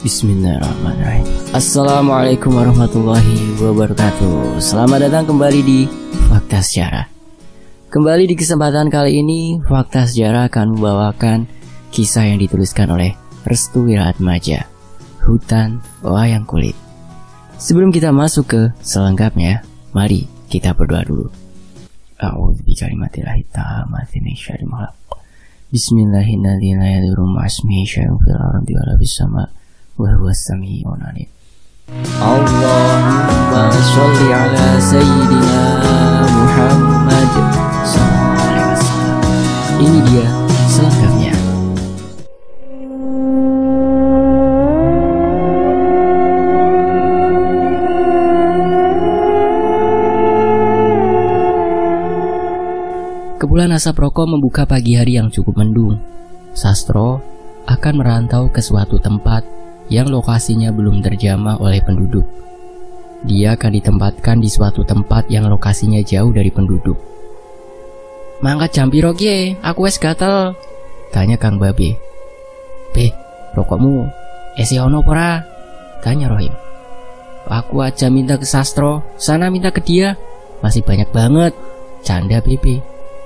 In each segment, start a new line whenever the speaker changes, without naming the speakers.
Bismillahirrahmanirrahim. Assalamualaikum warahmatullahi wabarakatuh. Selamat datang kembali di Fakta Sejarah. Kembali di kesempatan kali ini, Fakta Sejarah akan membawakan kisah yang dituliskan oleh Restu Wiraatmaja, Hutan Wayang Kulit. Sebelum kita masuk ke selengkapnya, mari kita berdoa dulu. A'udzu bikalimatillahi tammati min syarri ma khalaq. Bismillahirrahmanirrahim. Ma'asmihi syai'un fil ardi wa la fis sama' wa huwas sami'un 'alim. Allahumma shalli 'ala sayyidina Muhammad sallallahu alaihi wasallam. Ini dia selengkapnya. Kepulan asap rokok membuka pagi hari yang cukup mendung. Sastro akan merantau ke suatu tempat yang lokasinya belum terjamah oleh penduduk. Dia akan ditempatkan di suatu tempat yang lokasinya jauh dari penduduk. "Mangkat jam piro ki? Aku wes gatel," tanya Kang Babe. "Be, rokokmu esi ono ora?" tanya Rohim. "Aku aja minta ke Sastro, sana minta ke dia. Masih banyak banget," canda Bebe.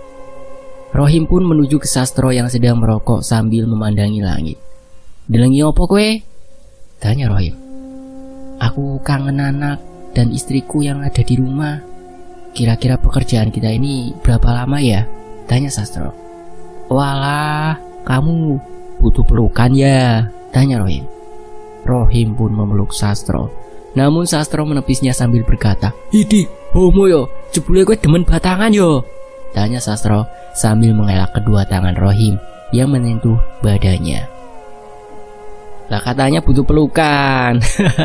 Rohim pun menuju ke Sastro yang sedang merokok sambil memandangi langit. "Delengi opo kowe?" tanya Rohim. "Aku kangen anak dan istriku yang ada di rumah. Kira-kira pekerjaan kita ini berapa lama ya?" tanya Sastro. "Walah, kamu butuh pelukan ya?" tanya Rohim. Rohim pun memeluk Sastro. Namun Sastro menepisnya sambil berkata, "Hidi, homo yo, jebule kowe demen batangan yo?" tanya Sastro sambil mengelak kedua tangan Rohim yang menyentuh badannya. "Lah katanya butuh pelukan."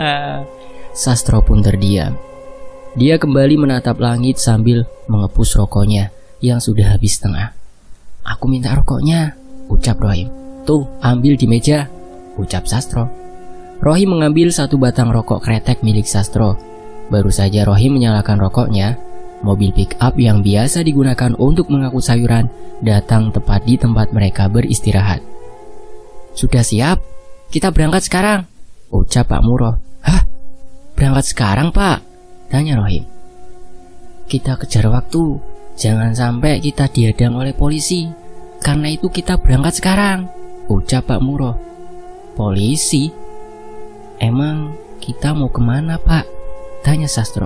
Sastro pun terdiam. Dia kembali menatap langit sambil mengepus rokoknya yang sudah habis setengah. "Aku minta rokoknya," ucap Rohim. "Tuh, ambil di meja," ucap Sastro. Rohim mengambil satu batang rokok kretek milik Sastro. Baru saja Rohim menyalakan rokoknya, mobil pick-up yang biasa digunakan untuk mengangkut sayuran datang tepat di tempat mereka beristirahat. "Sudah siap? Kita berangkat sekarang," ucap Pak Muro. "Hah? Berangkat sekarang, Pak?" tanya Rohim. "Kita kejar waktu. Jangan sampai kita dihadang oleh polisi. Karena itu kita berangkat sekarang," ucap Pak Muro. "Polisi? Emang kita mau kemana, Pak?" tanya Sastro.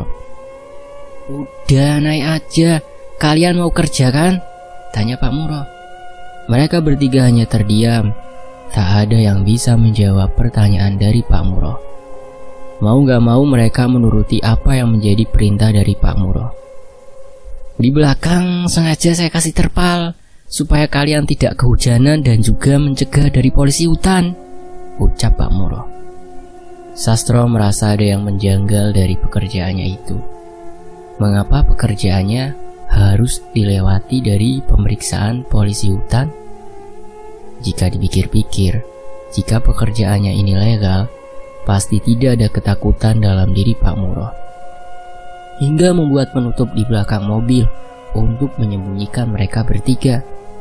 "Udah naik aja. Kalian mau kerja kan?" tanya Pak Muro. Mereka bertiga hanya terdiam. Tak ada yang bisa menjawab pertanyaan dari Pak Muro. Mau gak mau mereka menuruti apa yang menjadi perintah dari Pak Muro. "Di belakang sengaja saya kasih terpal supaya kalian tidak kehujanan dan juga mencegah dari polisi hutan," ucap Pak Muro. Sastro merasa ada yang menjanggal dari pekerjaannya itu. Mengapa pekerjaannya harus dilewati dari pemeriksaan polisi hutan? Jika dipikir-pikir, jika pekerjaannya ini legal, pasti tidak ada ketakutan dalam diri Pak Muro. Hingga membuat penutup di belakang mobil untuk menyembunyikan mereka bertiga.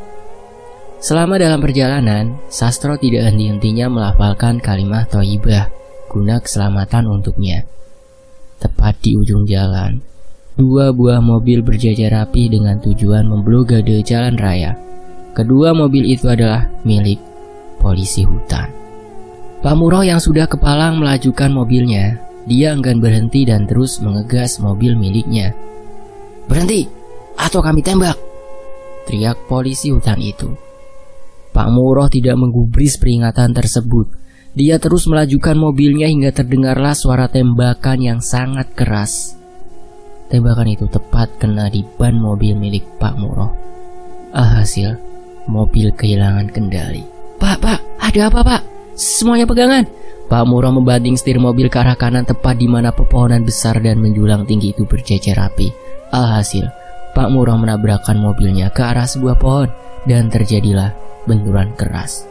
Selama dalam perjalanan, Sastro tidak henti-hentinya melafalkan kalimat thayyibah guna keselamatan untuknya. Tepat di ujung jalan, dua buah mobil berjajar rapi dengan tujuan memblokade jalan raya. Kedua mobil itu adalah milik polisi hutan. Pak Muro yang sudah kepalang melajukan mobilnya. Dia enggan berhenti dan terus mengegas mobil miliknya. "Berhenti, atau kami tembak!" teriak polisi hutan itu. Pak Muro tidak menggubris peringatan tersebut. Dia terus melajukan mobilnya hingga terdengarlah suara tembakan yang sangat keras. Tembakan itu tepat kena di ban mobil milik Pak Muro. Alhasil, mobil kehilangan kendali. Pak, ada apa, Pak? Semuanya pegangan." Pak Muro membanting setir mobil ke arah kanan tepat di mana pepohonan besar dan menjulang tinggi itu berjejer rapi. Alhasil, Pak Muro menabrakkan mobilnya ke arah sebuah pohon dan terjadilah benturan keras.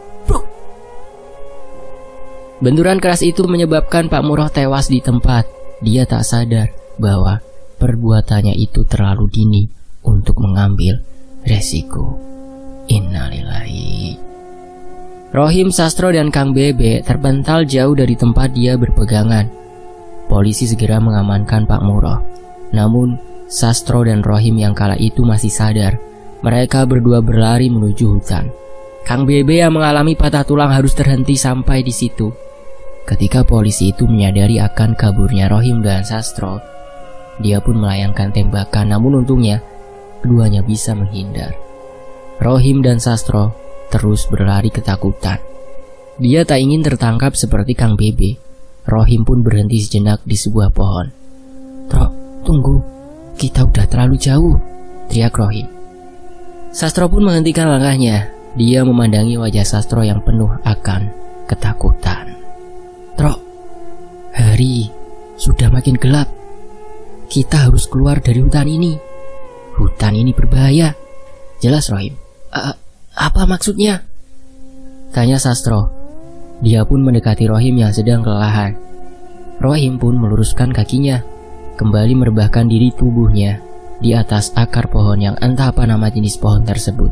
Benturan keras itu menyebabkan Pak Muro tewas di tempat. Dia tak sadar bahwa perbuatannya itu terlalu dini untuk mengambil resiko. Innalillahi. Rohim, Sastro, dan Kang Bebe terpental jauh dari tempat dia berpegangan. Polisi segera mengamankan Pak Muroh. Namun, Sastro dan Rohim yang kala itu masih sadar. Mereka berdua berlari menuju hutan. Kang Bebe yang mengalami patah tulang harus terhenti sampai di situ. Ketika polisi itu menyadari akan kaburnya Rohim dan Sastro, dia pun melayangkan tembakan, namun untungnya keduanya bisa menghindar. Rohim dan Sastro terus berlari ketakutan. Dia tak ingin tertangkap seperti Kang Bebe. Rohim pun berhenti sejenak di sebuah pohon. "Tro, tunggu, kita udah terlalu jauh," teriak Rohim. Sastro pun menghentikan langkahnya. Dia memandangi wajah Sastro yang penuh akan ketakutan. "Tro, hari sudah makin gelap. Kita harus keluar dari hutan ini. Hutan ini berbahaya." "Jelas, Rohim." Apa maksudnya?" tanya Sastro. Dia pun mendekati Rohim yang sedang kelelahan. Rohim pun meluruskan kakinya, kembali merebahkan diri tubuhnya di atas akar pohon yang entah apa nama jenis pohon tersebut.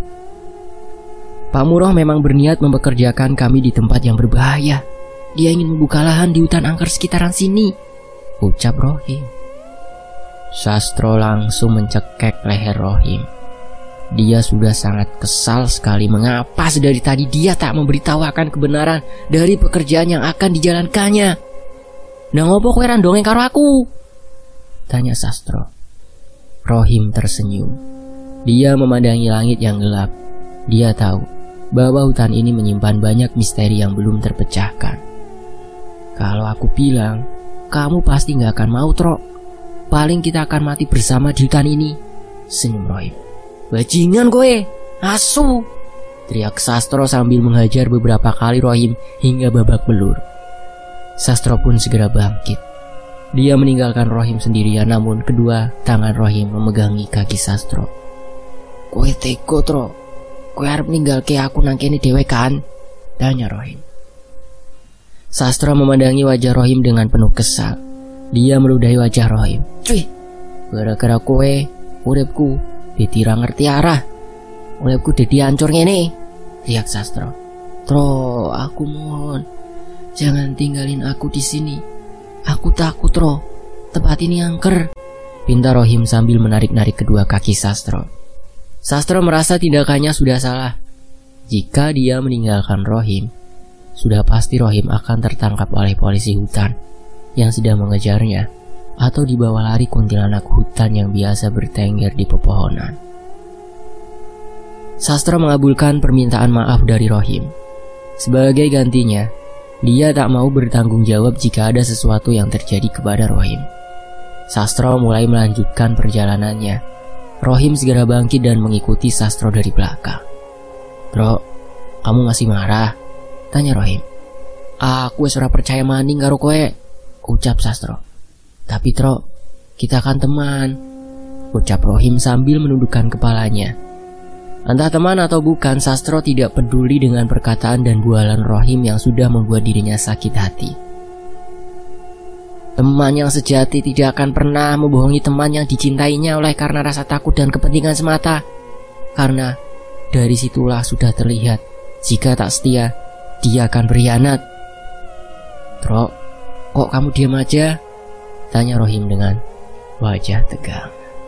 "Pak Muroh memang berniat mempekerjakan kami di tempat yang berbahaya. Dia ingin membuka lahan di hutan angker sekitaran sini," ucap Rohim. Sastro langsung mencekek leher Rohim. Dia sudah sangat kesal sekali mengapa sedari tadi dia tak memberitahukan kebenaran dari pekerjaan yang akan dijalankannya. "Nah ngopo kowe ra ndongeng karo aku?" tanya Sastro. Rohim tersenyum. Dia memandangi langit yang gelap. Dia tahu bahwa hutan ini menyimpan banyak misteri yang belum terpecahkan. "Kalau aku bilang, kamu pasti gak akan mau, Tro. Paling kita akan mati bersama di hutan ini," senyum Rohim. "Bajingan kowe, asu!" teriak Sastro sambil menghajar beberapa kali Rohim hingga babak belur. Sastro pun segera bangkit. Dia meninggalkan Rohim sendirian, namun kedua tangan Rohim memegangi kaki Sastro. "Kowe tega, Tro? Kowe arep ninggalke aku nang kene dhewe kan?" tanya Rohim. Sastro memandangi wajah Rohim dengan penuh kesal. Dia meludahi wajah Rohim. "Cuy, gara-gara kowe uripku dadi ra ngerti arah. Uripku dadi hancur ngene," teriak Sastro. "Tro, aku mohon, jangan tinggalin aku di sini. Aku takut, Tro. Tempat ini angker," pinta Rohim sambil menarik-narik kedua kaki Sastro. Sastro merasa tindakannya sudah salah. Jika dia meninggalkan Rohim, sudah pasti Rohim akan tertangkap oleh polisi hutan yang sedang mengejarnya, atau dibawa lari kuntilanak hutan yang biasa bertengger di pepohonan. Sastro mengabulkan permintaan maaf dari Rohim. Sebagai gantinya, dia tak mau bertanggung jawab jika ada sesuatu yang terjadi kepada Rohim. Sastro mulai melanjutkan perjalanannya. Rohim segera bangkit dan mengikuti Sastro dari belakang. "Tro, kamu masih marah?" tanya Rohim. "Aku wis ora percaya maning karo kowe," ucap Sastro. "Tapi Tro, kita kan teman," ucap Rohim sambil menundukkan kepalanya. Entah teman atau bukan, Sastro tidak peduli dengan perkataan dan bualan Rohim yang sudah membuat dirinya sakit hati. Teman yang sejati tidak akan pernah membohongi teman yang dicintainya oleh karena rasa takut dan kepentingan semata. Karena dari situlah sudah terlihat jika tak setia, dia akan berkhianat. "Tro, kok kamu diam aja?" tanya Rohim dengan wajah tegang.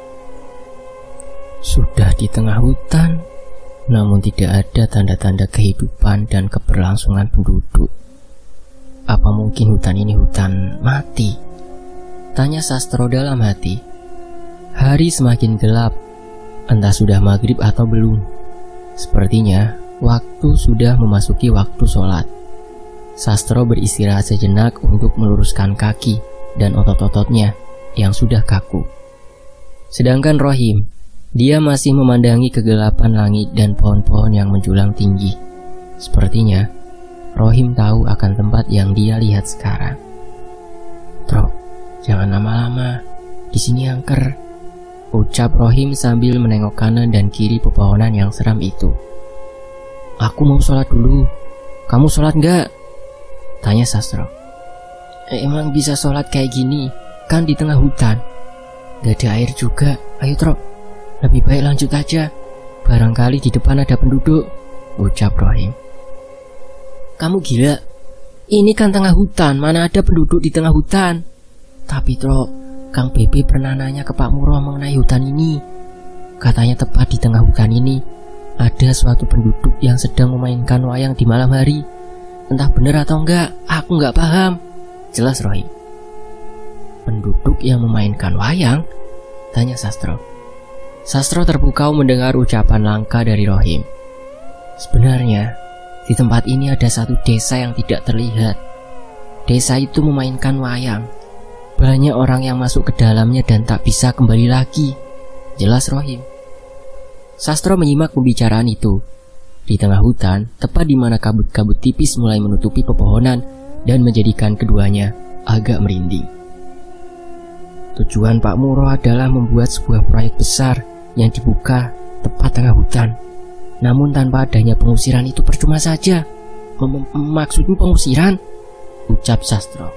Sudah di tengah hutan, namun tidak ada tanda-tanda kehidupan dan keberlangsungan penduduk. "Apa mungkin hutan ini hutan mati?" tanya Sastro dalam hati. Hari semakin gelap, entah sudah maghrib atau belum. Sepertinya waktu sudah memasuki waktu sholat. Sastro beristirahat sejenak untuk meluruskan kaki dan otot-ototnya yang sudah kaku. Sedangkan Rohim, dia masih memandangi kegelapan langit dan pohon-pohon yang menjulang tinggi. Sepertinya Rohim tahu akan tempat yang dia lihat sekarang. "Tro, jangan lama-lama, di sini angker," ucap Rohim sambil menengok kanan dan kiri pepohonan yang seram itu. "Aku mau sholat dulu. Kamu sholat nggak?" tanya Sastro. "Emang bisa sholat kayak gini? Kan di tengah hutan. Gak ada air juga. Ayo Tro, lebih baik lanjut aja. Barangkali di depan ada penduduk," ucap Rohim. kamu gila. Ini kan tengah hutan, mana ada penduduk di tengah hutan. Tapi Tro, Kang Bebe pernah nanya ke Pak Muro mengenai hutan ini. Katanya tepat di tengah hutan ini ada suatu penduduk yang sedang memainkan wayang di malam hari. Entah benar atau enggak, aku enggak paham. Jelas Rohim. Penduduk yang memainkan wayang? Tanya Sastro. Sastro terpukau mendengar ucapan langka dari Rohim. Sebenarnya, di tempat ini ada satu desa yang tidak terlihat. Desa itu memainkan wayang. Banyak orang yang masuk ke dalamnya dan tak bisa kembali lagi. Jelas Rohim. Sastro menyimak pembicaraan itu. Di tengah hutan, tepat di mana kabut-kabut tipis mulai menutupi pepohonan dan menjadikan keduanya agak merinding. Tujuan Pak Muro adalah membuat sebuah proyek besar yang dibuka tepat tengah hutan. Namun tanpa adanya pengusiran itu percuma saja. Maksudnya pengusiran? Ucap Sastro.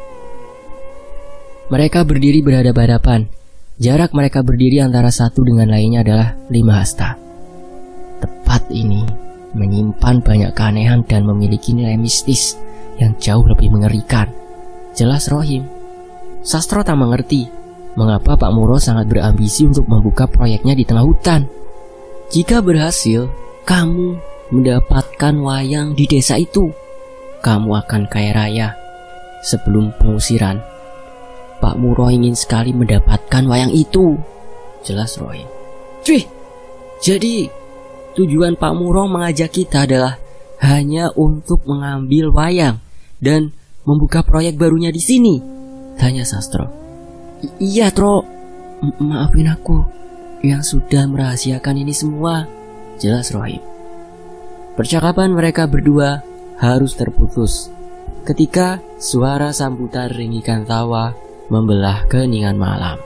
Mereka berdiri berhadapan-hadapan. Jarak mereka berdiri antara satu dengan lainnya adalah 5 hasta. Tempat ini menyimpan banyak keanehan dan memiliki nilai mistis yang jauh lebih mengerikan. Jelas Rohim. Sastro tak mengerti mengapa Pak Muro sangat berambisi untuk membuka proyeknya di tengah hutan. Jika berhasil, kamu mendapatkan wayang di desa itu, kamu akan kaya raya. Sebelum pengusiran, Pak Muro ingin sekali mendapatkan wayang itu. Jelas Rohim. Cuy, jadi tujuan Pak Muro mengajak kita adalah hanya untuk mengambil wayang dan membuka proyek barunya di sini? Tanya Sastro. Iya Tro, maafin aku yang sudah merahasiakan ini semua. Jelas Rohim. Percakapan mereka berdua harus terputus ketika suara sambutan ringikan tawa membelah keheningan malam.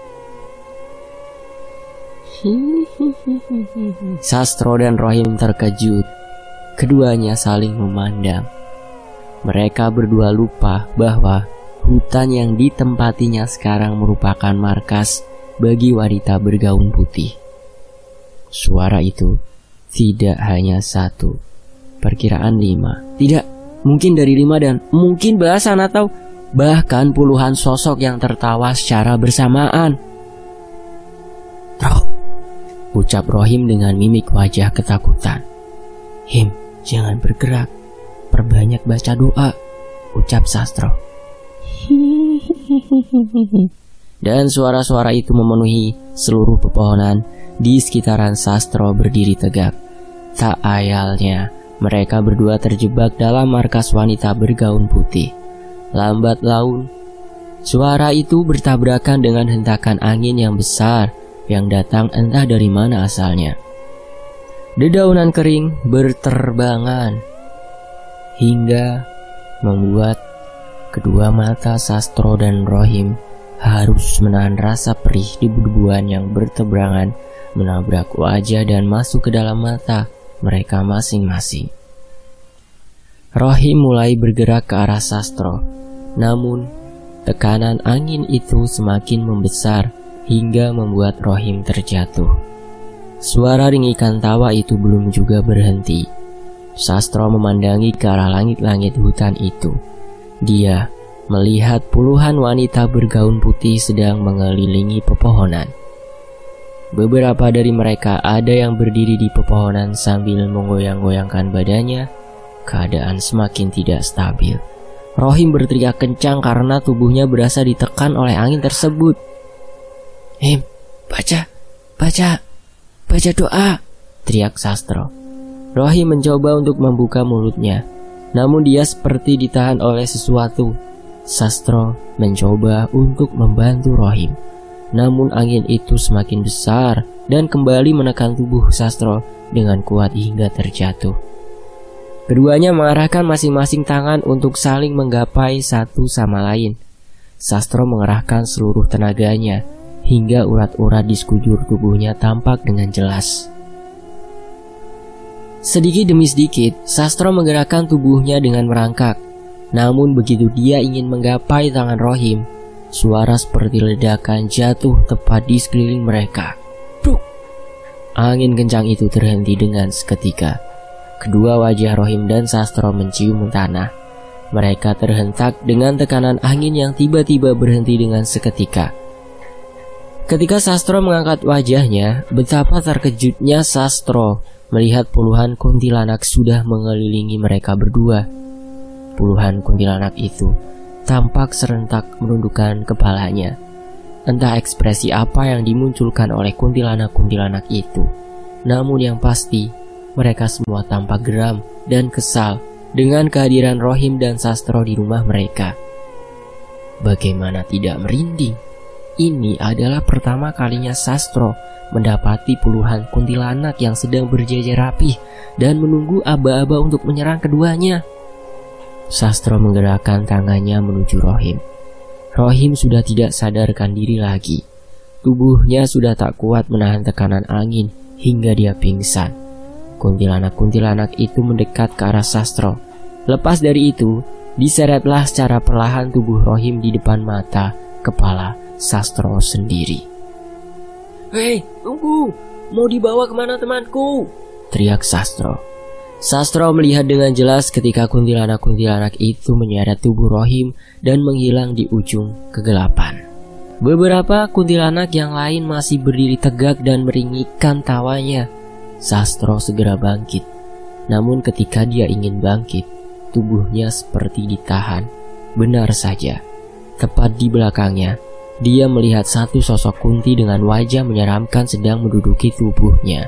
Sastro dan Rohim terkejut. Keduanya saling memandang. Mereka berdua lupa bahwa hutan yang ditempatinya sekarang merupakan markas bagi wanita bergaun putih. Suara itu tidak hanya satu, perkiraan 5. Tidak, mungkin dari 5 dan mungkin belasan atau bahkan puluhan sosok yang tertawa secara bersamaan. Tro, ucap Rohim dengan mimik wajah ketakutan. Him, jangan bergerak, perbanyak baca doa, ucap Sastro. Dan suara-suara itu memenuhi seluruh pepohonan di sekitaran Sastro berdiri tegak. Tak ayalnya, mereka berdua terjebak dalam markas wanita bergaun putih. Lambat laun, suara itu bertabrakan dengan hentakan angin yang besar yang datang entah dari mana asalnya. Dedaunan kering berterbangan hingga membuat kedua mata Sastro dan Rohim harus menahan rasa perih di bubuan yang bertebaran menabrak wajah dan masuk ke dalam mata mereka masing-masing. Rohim mulai bergerak ke arah Sastro, namun tekanan angin itu semakin membesar hingga membuat Rohim terjatuh. Suara ringikan tawa itu belum juga berhenti. Sastro memandangi ke arah langit-langit hutan itu. Dia melihat puluhan wanita bergaun putih sedang mengelilingi pepohonan. Beberapa dari mereka ada yang berdiri di pepohonan sambil menggoyang-goyangkan badannya. Keadaan semakin tidak stabil. Rohim berteriak kencang karena tubuhnya berasa ditekan oleh angin tersebut. Him, baca doa, teriak Sastro. Rohim mencoba untuk membuka mulutnya, namun dia seperti ditahan oleh sesuatu. Sastro mencoba untuk membantu Rohim, namun angin itu semakin besar dan kembali menekan tubuh Sastro dengan kuat hingga terjatuh. Keduanya mengarahkan masing-masing tangan untuk saling menggapai satu sama lain. Sastro mengerahkan seluruh tenaganya hingga urat-urat di sekujur tubuhnya tampak dengan jelas. Sedikit demi sedikit, Sastro menggerakkan tubuhnya dengan merangkak. Namun begitu dia ingin menggapai tangan Rohim, suara seperti ledakan jatuh tepat di sekeliling mereka. Bruk! Angin kencang itu terhenti dengan seketika. Kedua wajah Rohim dan Sastro mencium tanah. Mereka terhentak dengan tekanan angin yang tiba-tiba berhenti dengan seketika. Ketika Sastro mengangkat wajahnya, betapa terkejutnya Sastro melihat puluhan kuntilanak sudah mengelilingi mereka berdua. Puluhan kuntilanak itu tampak serentak menundukkan kepalanya. Entah ekspresi apa yang dimunculkan oleh kuntilanak-kuntilanak itu. Namun yang pasti, mereka semua tampak geram dan kesal dengan kehadiran Rohim dan Sastro di rumah mereka. Bagaimana tidak merinding? Ini adalah pertama kalinya Sastro mendapati puluhan kuntilanak yang sedang berjajar rapih dan menunggu aba-aba untuk menyerang keduanya. Sastro menggerakkan tangannya menuju Rohim. Rohim sudah tidak sadarkan diri lagi. Tubuhnya sudah tak kuat menahan tekanan angin hingga dia pingsan. Kuntilanak-kuntilanak itu mendekat ke arah Sastro. Lepas dari itu, diseretlah secara perlahan tubuh Rohim di depan mata kepala Sastro sendiri. "Hei, tunggu! Mau dibawa kemana temanku?" teriak Sastro. Sastro melihat dengan jelas ketika kuntilanak-kuntilanak itu menyeret tubuh Rohim dan menghilang di ujung kegelapan. Beberapa kuntilanak yang lain masih berdiri tegak dan meringikkan tawanya. Sastro segera bangkit. Namun ketika dia ingin bangkit, tubuhnya seperti ditahan. Benar saja, tepat di belakangnya, dia melihat satu sosok kunti dengan wajah menyeramkan sedang menduduki tubuhnya.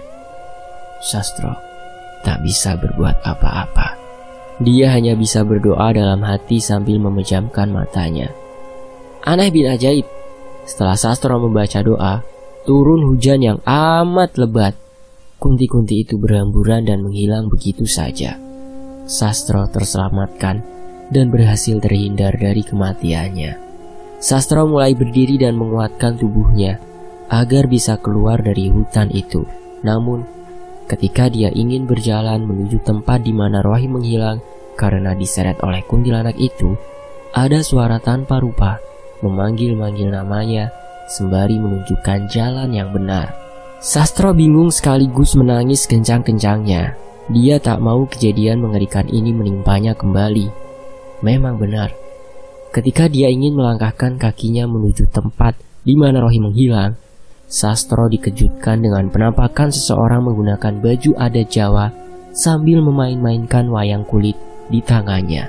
Sastro tak bisa berbuat apa-apa. Dia hanya bisa berdoa dalam hati sambil memejamkan matanya. Aneh bin ajaib, setelah Sastro membaca doa, turun hujan yang amat lebat. Kunti-kunti itu berhamburan dan menghilang begitu saja. Sastro terselamatkan dan berhasil terhindar dari kematiannya. Sastro mulai berdiri dan menguatkan tubuhnya agar bisa keluar dari hutan itu. Namun, ketika dia ingin berjalan menuju tempat di mana Rohim menghilang karena diseret oleh kuntilanak itu, ada suara tanpa rupa memanggil-manggil namanya sembari menunjukkan jalan yang benar. Sastro bingung sekaligus menangis kencang-kencangnya. Dia tak mau kejadian mengerikan ini menimpanya kembali. Memang benar, ketika dia ingin melangkahkan kakinya menuju tempat di mana Rohim menghilang, Sastro dikejutkan dengan penampakan seseorang menggunakan baju adat Jawa sambil memain-mainkan wayang kulit di tangannya.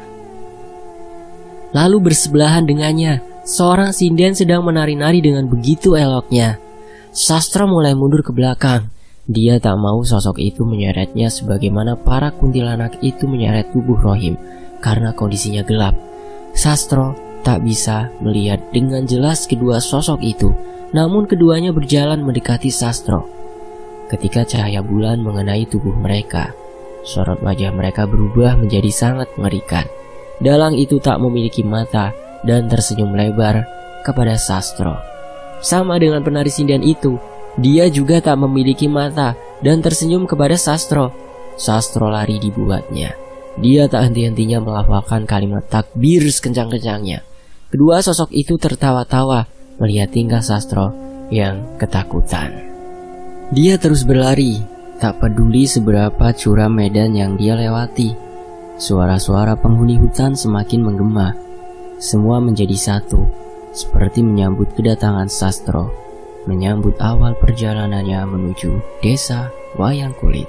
Lalu bersebelahan dengannya, seorang sinden sedang menari-nari dengan begitu eloknya. Sastro mulai mundur ke belakang. Dia tak mau sosok itu menyeretnya sebagaimana para kuntilanak itu menyeret tubuh Rohim karena kondisinya gelap. Sastro tak bisa melihat dengan jelas kedua sosok itu, namun keduanya berjalan mendekati Sastro. Ketika cahaya bulan mengenai tubuh mereka, sorot wajah mereka berubah menjadi sangat mengerikan. Dalang itu tak memiliki mata dan tersenyum lebar kepada Sastro. Sama dengan penari sinden itu, dia juga tak memiliki mata dan tersenyum kepada Sastro. Sastro lari dibuatnya. Dia tak henti-hentinya melafalkan kalimat takbir sekencang-kencangnya. Kedua sosok itu tertawa-tawa melihat tingkah Sastro yang ketakutan. Dia terus berlari, tak peduli seberapa curam medan yang dia lewati. Suara-suara penghuni hutan semakin menggema. Semua menjadi satu, seperti menyambut kedatangan Sastro, menyambut awal perjalanannya menuju desa Wayang Kulit.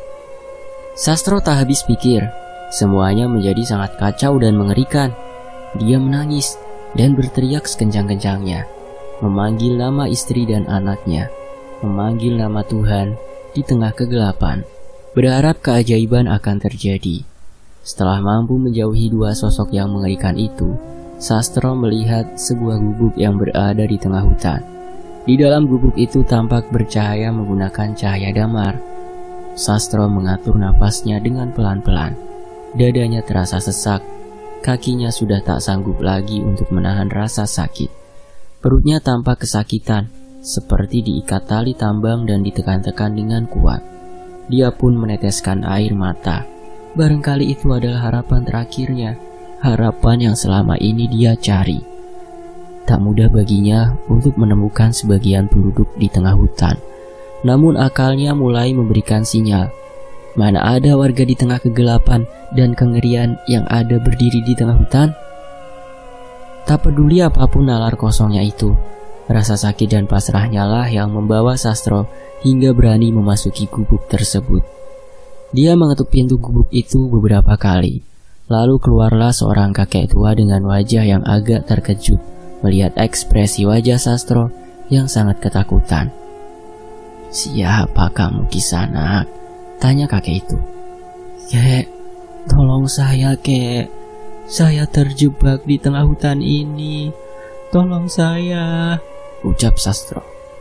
Sastro tak habis pikir, semuanya menjadi sangat kacau dan mengerikan. Dia menangis dan berteriak sekencang-kencangnya, memanggil nama istri dan anaknya, memanggil nama Tuhan di tengah kegelapan, berharap keajaiban akan terjadi. Setelah mampu menjauhi dua sosok yang mengerikan itu, Sastro melihat sebuah gubuk yang berada di tengah hutan. Di dalam gubuk itu tampak bercahaya menggunakan cahaya damar. Sastro mengatur napasnya dengan pelan-pelan. Dadanya terasa sesak. Kakinya sudah tak sanggup lagi untuk menahan rasa sakit. Perutnya tampak kesakitan, seperti diikat tali tambang dan ditekan-tekan dengan kuat. Dia pun meneteskan air mata. Barangkali itu adalah harapan terakhirnya. Harapan yang selama ini dia cari. Tak mudah baginya untuk menemukan sebagian penduduk di tengah hutan. Namun akalnya mulai memberikan sinyal Mana ada warga di tengah kegelapan dan kengerian yang ada berdiri di tengah hutan? Tak peduli apapun nalar kosongnya itu, rasa sakit dan pasrahnya lah yang membawa Sastro hingga berani memasuki gubuk tersebut. Dia mengetuk pintu gubuk itu beberapa kali. Lalu keluarlah seorang kakek tua dengan wajah yang agak terkejut melihat ekspresi wajah Sastro yang sangat ketakutan. "Siapa kamu, Kisanak?" tanya kakek itu. "Kek, tolong saya, kek. Saya terjebak di tengah hutan ini. Tolong saya," ucap Sastro.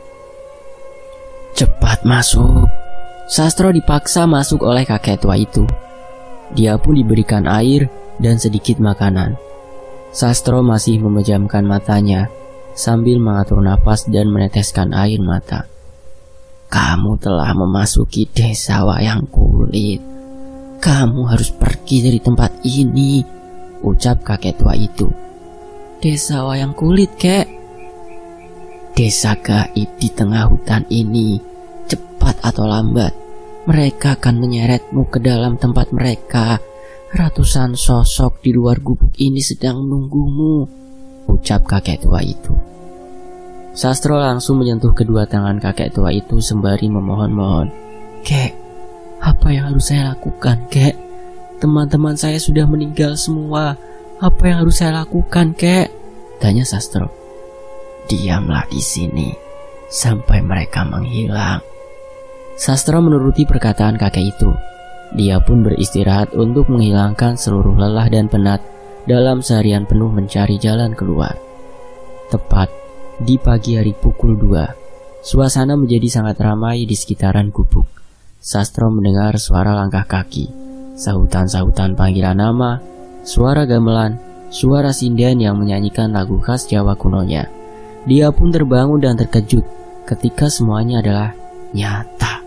"Cepat masuk." Sastro dipaksa masuk oleh kakek tua itu. Dia pun diberikan air dan sedikit makanan. Sastro masih memejamkan matanya sambil mengatur napas dan meneteskan air mata. "Kamu telah memasuki desa Wayang Kulit. Kamu harus pergi dari tempat ini," ucap kakek tua itu. "Desa Wayang Kulit, kek?" "Desa gaib di tengah hutan ini. Cepat atau lambat, mereka akan menyeretmu ke dalam tempat mereka. Ratusan sosok di luar gubuk ini sedang menunggumu," ucap kakek tua itu. Sastro langsung menyentuh kedua tangan kakek tua itu sembari memohon-mohon. "Kek, apa yang harus saya lakukan, kek? Teman-teman saya sudah meninggal semua. Apa yang harus saya lakukan, kek?" tanya Sastro. "Diamlah di sini sampai mereka menghilang." Sastro menuruti perkataan kakek itu. Dia pun beristirahat untuk menghilangkan seluruh lelah dan penat dalam seharian penuh mencari jalan keluar. Tepat di pagi hari pukul 2, suasana menjadi sangat ramai di sekitaran gubuk. Sastro mendengar suara langkah kaki, sahutan-sahutan panggilan nama, suara gamelan, suara sinden yang menyanyikan lagu khas Jawa kunonya. Dia pun terbangun dan terkejut ketika semuanya adalah nyata.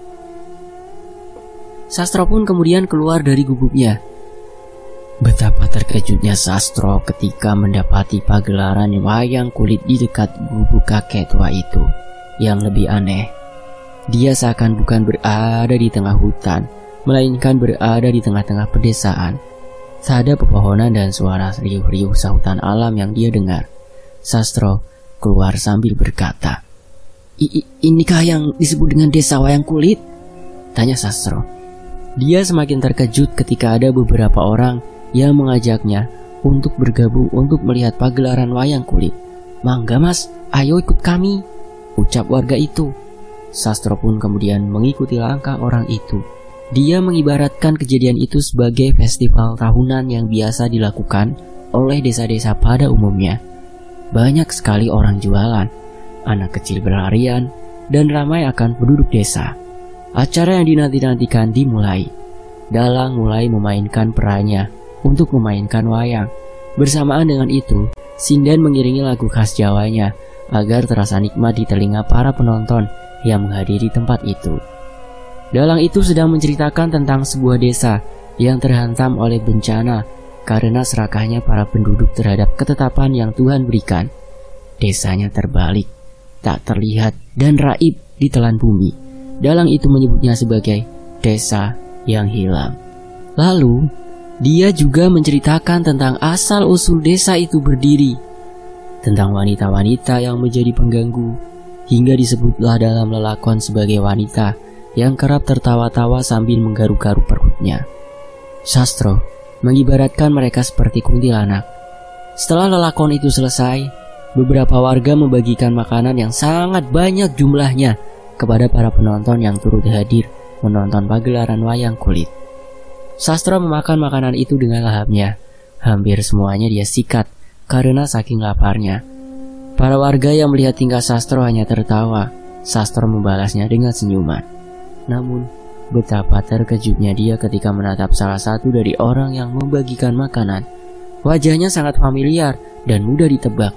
Sastro pun kemudian keluar dari gubuknya. Betapa terkejutnya Sastro ketika mendapati pagelaran wayang kulit di dekat gubuk kakek tua itu. Yang lebih aneh, dia seakan bukan berada di tengah hutan, melainkan berada di tengah-tengah pedesaan. Tak ada pepohonan dan suara riuh-riuh sahutan alam yang dia dengar. Sastro keluar sambil berkata, "Inikah yang disebut dengan desa wayang kulit?" tanya Sastro. Dia semakin terkejut ketika ada beberapa orang yang mengajaknya untuk bergabung untuk melihat pagelaran wayang kulit. "Mangga mas, ayo ikut kami," ucap warga itu. Sastro pun kemudian mengikuti langkah orang itu. Dia mengibaratkan kejadian itu sebagai festival tahunan yang biasa dilakukan oleh desa-desa pada umumnya. Banyak sekali orang jualan, anak kecil berlarian, dan ramai akan penduduk desa. Acara yang dinanti-nantikan dimulai. Dalang mulai memainkan perannya untuk memainkan wayang. Bersamaan dengan itu, sinden mengiringi lagu khas Jawanya agar terasa nikmat di telinga para penonton yang menghadiri tempat itu. Dalang itu sedang menceritakan tentang sebuah desa yang terhantam oleh bencana karena serakahnya para penduduk terhadap ketetapan yang Tuhan berikan. Desanya terbalik, tak terlihat dan raib ditelan bumi. Dalang itu menyebutnya sebagai desa yang hilang. Lalu dia juga menceritakan tentang asal-usul desa itu berdiri, tentang wanita-wanita yang menjadi pengganggu, hingga disebutlah dalam lelakon sebagai wanita yang kerap tertawa-tawa sambil menggaruk-garuk perutnya. Sastro mengibaratkan mereka seperti kuntilanak. Setelah lelakon itu selesai, beberapa warga membagikan makanan yang sangat banyak jumlahnya kepada para penonton yang turut hadir menonton pagelaran wayang kulit. Sastro memakan makanan itu dengan lahapnya. Hampir semuanya dia sikat karena saking laparnya. Para warga yang melihat tingkah Sastro hanya tertawa. Sastro membalasnya dengan senyuman. Namun, betapa terkejutnya dia ketika menatap salah satu dari orang yang membagikan makanan. Wajahnya sangat familiar dan mudah ditebak.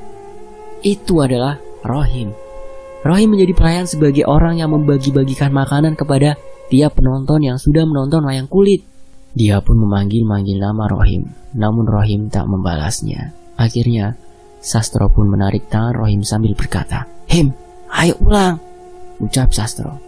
Itu adalah Rohim. Rohim menjadi pelayan sebagai orang yang membagi-bagikan makanan kepada tiap penonton yang sudah menonton wayang kulit. Dia pun memanggil-manggil nama Rohim, namun Rohim tak membalasnya. Akhirnya, Sastro pun menarik tangan Rohim sambil berkata, "Him, ayo pulang," ucap Sastro.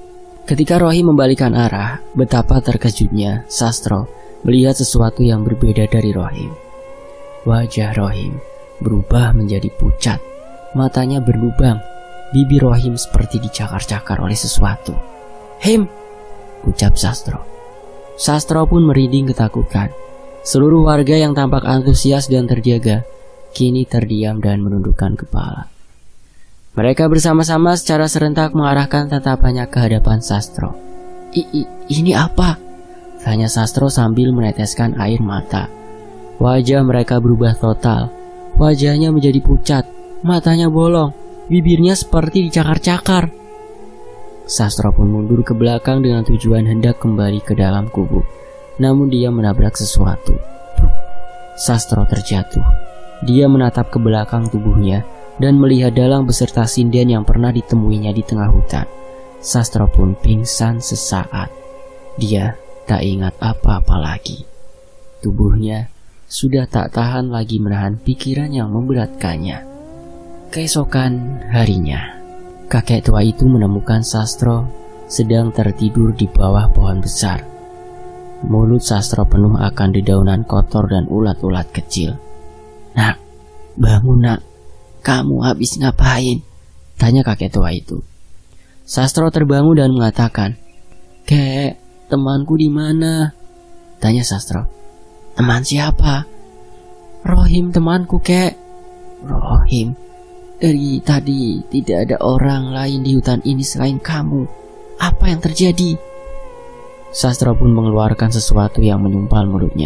Ketika Rohim membalikan arah, betapa terkejutnya Sastro melihat sesuatu yang berbeda dari Rohim. Wajah Rohim berubah menjadi pucat, matanya berlubang, bibir Rohim seperti dicakar-cakar oleh sesuatu. "Him!" ucap Sastro. Sastro pun merinding ketakutan. Seluruh warga yang tampak antusias dan terjaga kini terdiam dan menundukkan kepala. Mereka bersama-sama secara serentak mengarahkan tatapannya ke hadapan Sastro. Ini apa?" tanya Sastro sambil meneteskan air mata. Wajah mereka berubah total. Wajahnya menjadi pucat, matanya bolong, bibirnya seperti dicakar-cakar. Sastro pun mundur ke belakang dengan tujuan hendak kembali ke dalam kubu. Namun dia menabrak sesuatu. Sastro terjatuh. Dia menatap ke belakang tubuhnya dan melihat dalang beserta sinden yang pernah ditemuinya di tengah hutan. Sastro pun pingsan sesaat. Dia tak ingat apa-apa lagi. Tubuhnya sudah tak tahan lagi menahan pikiran yang memberatkannya. Keesokan harinya, kakek tua itu menemukan Sastro sedang tertidur di bawah pohon besar. Mulut Sastro penuh akan dedaunan kotor dan ulat-ulat kecil. "Nak, bangun nak. Kamu habis ngapain?" tanya kakek tua itu. Sastro terbangun dan mengatakan, "Kek, temanku di mana?" tanya Sastro. "Teman siapa?" "Rohim temanku, kek." "Rohim? Dari tadi tidak ada orang lain di hutan ini selain kamu. Apa yang terjadi?" Sastro pun mengeluarkan sesuatu yang menyumpal mulutnya.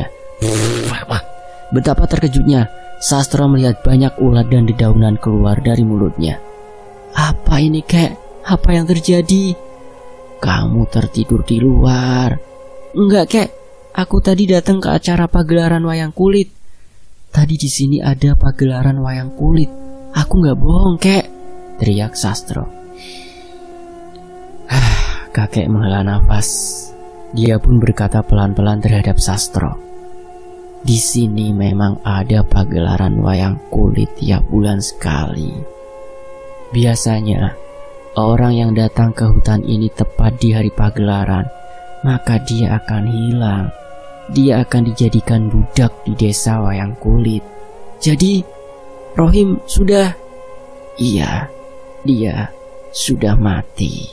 Betapa terkejutnya Sastro melihat banyak ulat dan dedaunan keluar dari mulutnya. "Apa ini, kek? Apa yang terjadi?" "Kamu tertidur di luar." "Enggak, kek. Aku tadi datang ke acara pagelaran wayang kulit. Tadi di sini ada pagelaran wayang kulit. Aku nggak bohong, kek," teriak Sastro. Kakek menghela nafas. Dia pun berkata pelan-pelan terhadap Sastro, "Di sini memang ada pagelaran wayang kulit tiap bulan sekali. Biasanya orang yang datang ke hutan ini tepat di hari pagelaran, maka dia akan hilang. Dia akan dijadikan budak di desa wayang kulit. Jadi Rohim sudah..." "Iya, dia sudah mati."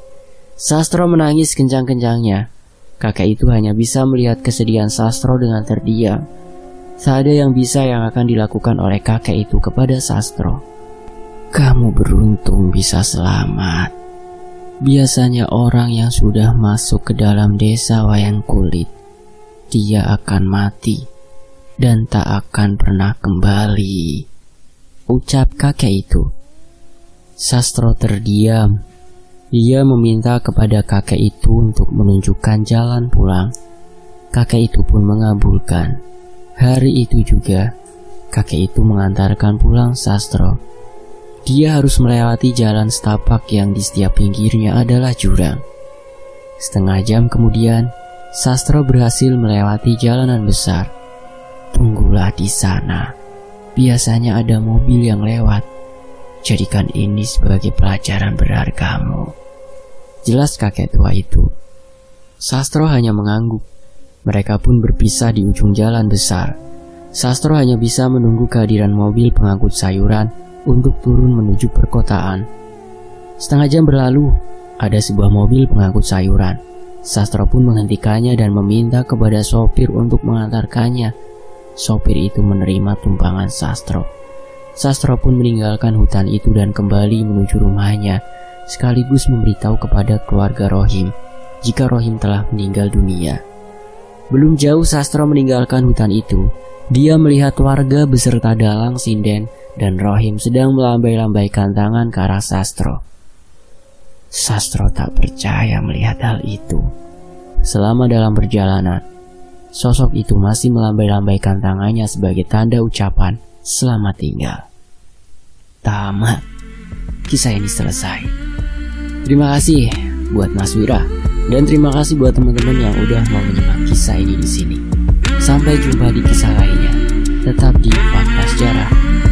Sastro menangis kencang-kencangnya. Kakek itu hanya bisa melihat kesedihan Sastro dengan terdiam. Tak ada yang bisa yang akan dilakukan oleh kakek itu kepada Sastro. "Kamu beruntung bisa selamat. Biasanya orang yang sudah masuk ke dalam desa wayang kulit, dia akan mati dan tak akan pernah kembali," ucap kakek itu. Sastro terdiam. Dia meminta kepada kakek itu untuk menunjukkan jalan pulang. Kakek itu pun mengabulkan. Hari itu juga, kakek itu mengantarkan pulang Sastro. Dia harus melewati jalan setapak yang di setiap pinggirnya adalah jurang. Setengah jam kemudian, Sastro berhasil melewati jalanan besar. "Tunggulah di sana. Biasanya ada mobil yang lewat. Jadikan ini sebagai pelajaran berhargamu," jelas kakek tua itu. Sastro hanya mengangguk. Mereka pun berpisah di ujung jalan besar. Sastro hanya bisa menunggu kehadiran mobil pengangkut sayuran untuk turun menuju perkotaan. Setengah jam berlalu, ada sebuah mobil pengangkut sayuran. Sastro pun menghentikannya dan meminta kepada sopir untuk mengantarkannya. Sopir itu menerima tumpangan Sastro. Sastro pun meninggalkan hutan itu dan kembali menuju rumahnya, sekaligus memberitahu kepada keluarga Rohim jika Rohim telah meninggal dunia. Belum jauh Sastro meninggalkan hutan itu, dia melihat warga beserta dalang, sinden, dan Rohim sedang melambai-lambaikan tangan ke arah Sastro. Sastro tak percaya melihat hal itu. Selama dalam perjalanan, sosok itu masih melambai-lambaikan tangannya sebagai tanda ucapan selamat tinggal. Tamat. Kisah ini selesai. Terima kasih buat Mas Wira dan terima kasih buat teman-teman yang udah mau menyimak kisah ini di sini. Sampai jumpa di kisah lainnya. Tetap di Fakta Sejarah.